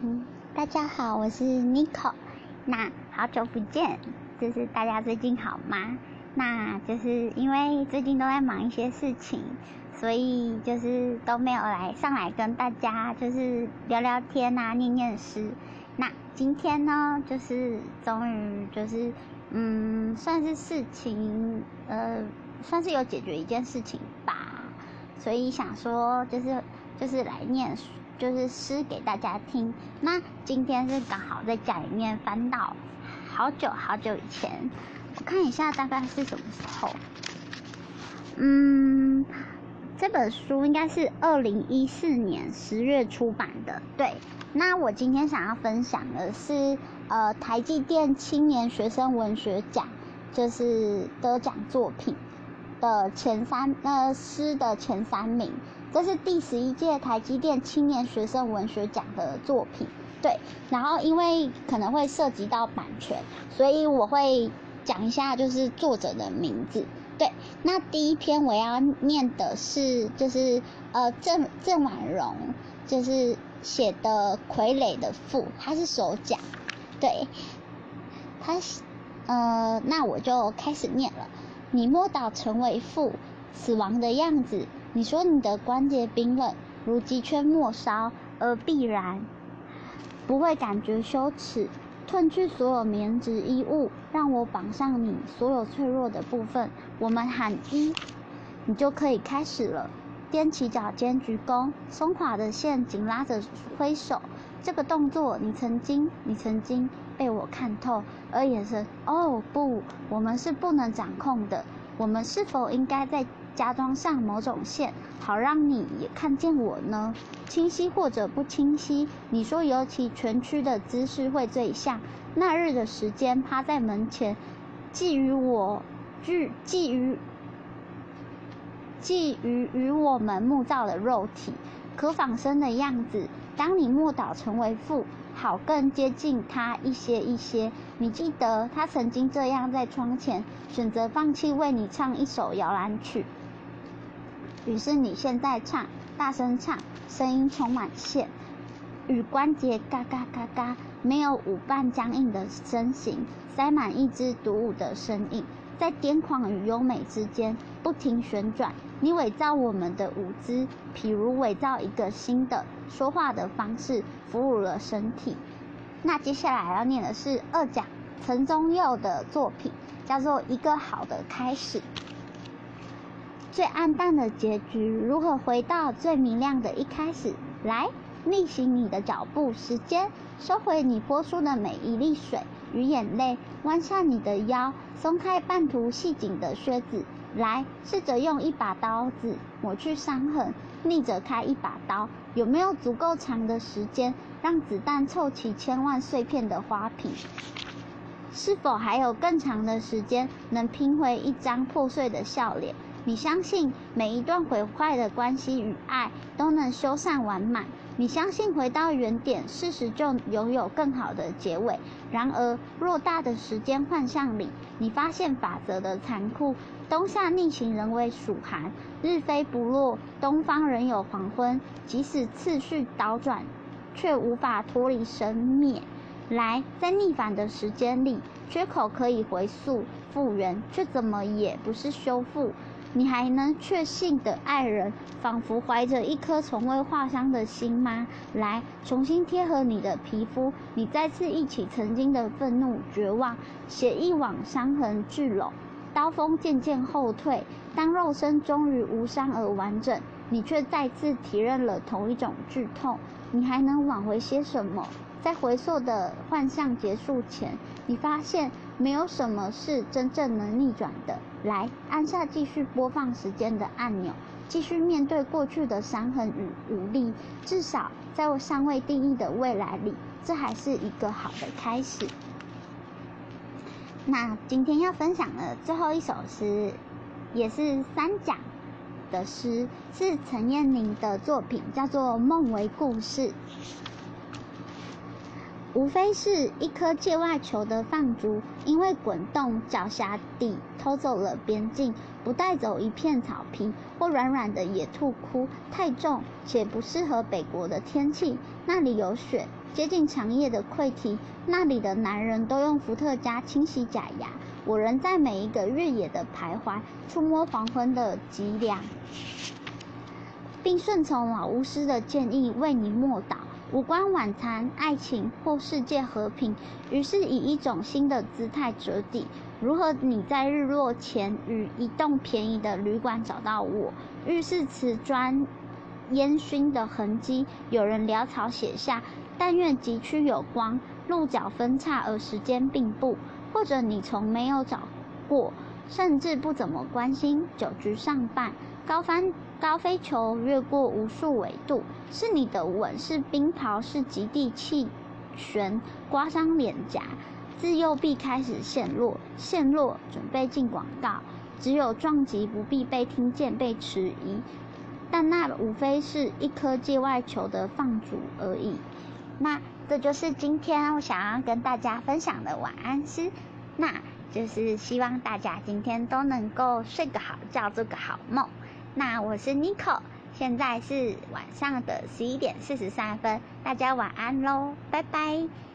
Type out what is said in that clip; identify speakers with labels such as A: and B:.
A: 大家好，我是 Nico。那好久不见，就是大家最近好吗？那就是因为最近都在忙一些事情，所以就是都没有上来跟大家就是聊聊天啊，念念诗。那今天呢，就是终于就是算是事情算是有解决一件事情吧，所以想说就是来念就是诗给大家听。那今天是刚好在家里面翻到好久好久以前，我看一下大概是什么时候。这本书应该是2014年10月出版的。对，那我今天想要分享的是台积电青年学生文学奖就是得奖作品的诗的前3名。这是第11届台积电青年学生文学奖的作品。对，然后因为可能会涉及到版权，所以我会讲一下就是作者的名字。对，那第一篇我要念的是就是郑婉容就是写的《傀儡的父》，他是首奖。对，那我就开始念了。你摸倒成为父，死亡的样子，你说你的关节冰冷，如鸡圈末梢，而必然不会感觉羞耻。褪去所有棉质衣物，让我绑上你所有脆弱的部分。我们喊一，你就可以开始了。踮起脚尖鞠躬，松垮的线紧拉着挥手。这个动作，你曾经被我看透，而眼神，哦不，我们是不能掌控的。我们是否应该再加装上某种线，好让你也看见我呢？清晰或者不清晰，你说尤其蜷曲的姿势会最像。那日的时间趴在门前，觊觎与我们木造的肉体可仿生的样子。当你默祷成为父，好更接近他一些。你记得他曾经这样在窗前选择放弃为你唱一首摇篮曲，于是你现在唱，大声唱，声音充满线，与关节嘎嘎嘎嘎，没有舞伴僵硬的身形，塞满一支独舞的身影，在癫狂与优美之间不停旋转。你伪造我们的舞姿，譬如伪造一个新的说话的方式，俘虏了身体。那接下来要念的是2奖陈宗佑的作品，叫做《一个好的开始》。最暗淡的结局，如何回到最明亮的一开始？来，逆行你的脚步，时间，收回你泼出的每一粒水与眼泪，弯下你的腰，松开半途细紧的靴子。来，试着用一把刀子抹去伤痕，逆着开一把刀。有没有足够长的时间，让子弹凑齐千万碎片的花瓶？是否还有更长的时间，能拼回一张破碎的笑脸？你相信每一段毁坏的关系与爱都能修缮完满，你相信回到原点，事实就拥有更好的结尾。然而偌大的时间幻象里，你发现法则的残酷。冬夏逆行仍为暑寒，日飞不落，东方仍有黄昏。即使次序倒转，却无法脱离生灭。来，在逆反的时间里，缺口可以回溯复原，却怎么也不是修复。你还能确信的爱人，仿佛怀着一颗从未划伤的心吗？来，重新贴合你的皮肤，你再次忆起曾经的愤怒、绝望，写一网伤痕聚拢，刀锋渐渐后退。当肉身终于无伤而完整，你却再次体认了同一种剧痛。你还能挽回些什么？在回溯的幻象结束前，你发现没有什么是真正能逆转的。来，按下继续播放时间的按钮，继续面对过去的伤痕与无力。至少在我尚未定义的未来里，这还是一个好的开始。那今天要分享的最后一首诗，也是3奖的诗，是陈燕宁的作品，叫做《梦为故事》。无非是一颗界外球的放逐，因为滚动脚下底偷走了边境，不带走一片草皮或软软的野兔窟，太重且不适合北国的天气。那里有雪， 接近长夜的溃堤，那里的男人都用伏特加清洗假牙。我仍在每一个越野的徘徊，触摸黄昏的脊梁，并顺从老巫师的建议为你默祷，无关晚餐、爱情或世界和平。于是以一种新的姿态折抵。如何你在日落前于一栋便宜的旅馆找到我？浴室瓷砖烟熏的痕迹，有人潦草写下：但愿急区有光，路角分叉而时间并不。或者你从没有找过，甚至不怎么关心。酒局上半，高飞球越过无数纬度，是你的吻，是冰雹，是极地气旋刮伤脸颊。自右臂开始陷落，准备进广告。只有撞击不必被听见，被迟疑，但那无非是一颗界外球的放逐而已。那这就是今天我想要跟大家分享的晚安诗。那就是希望大家今天都能够睡个好觉，做个好梦。那我是 Nico， 现在是晚上的11:43，大家晚安咯，拜拜。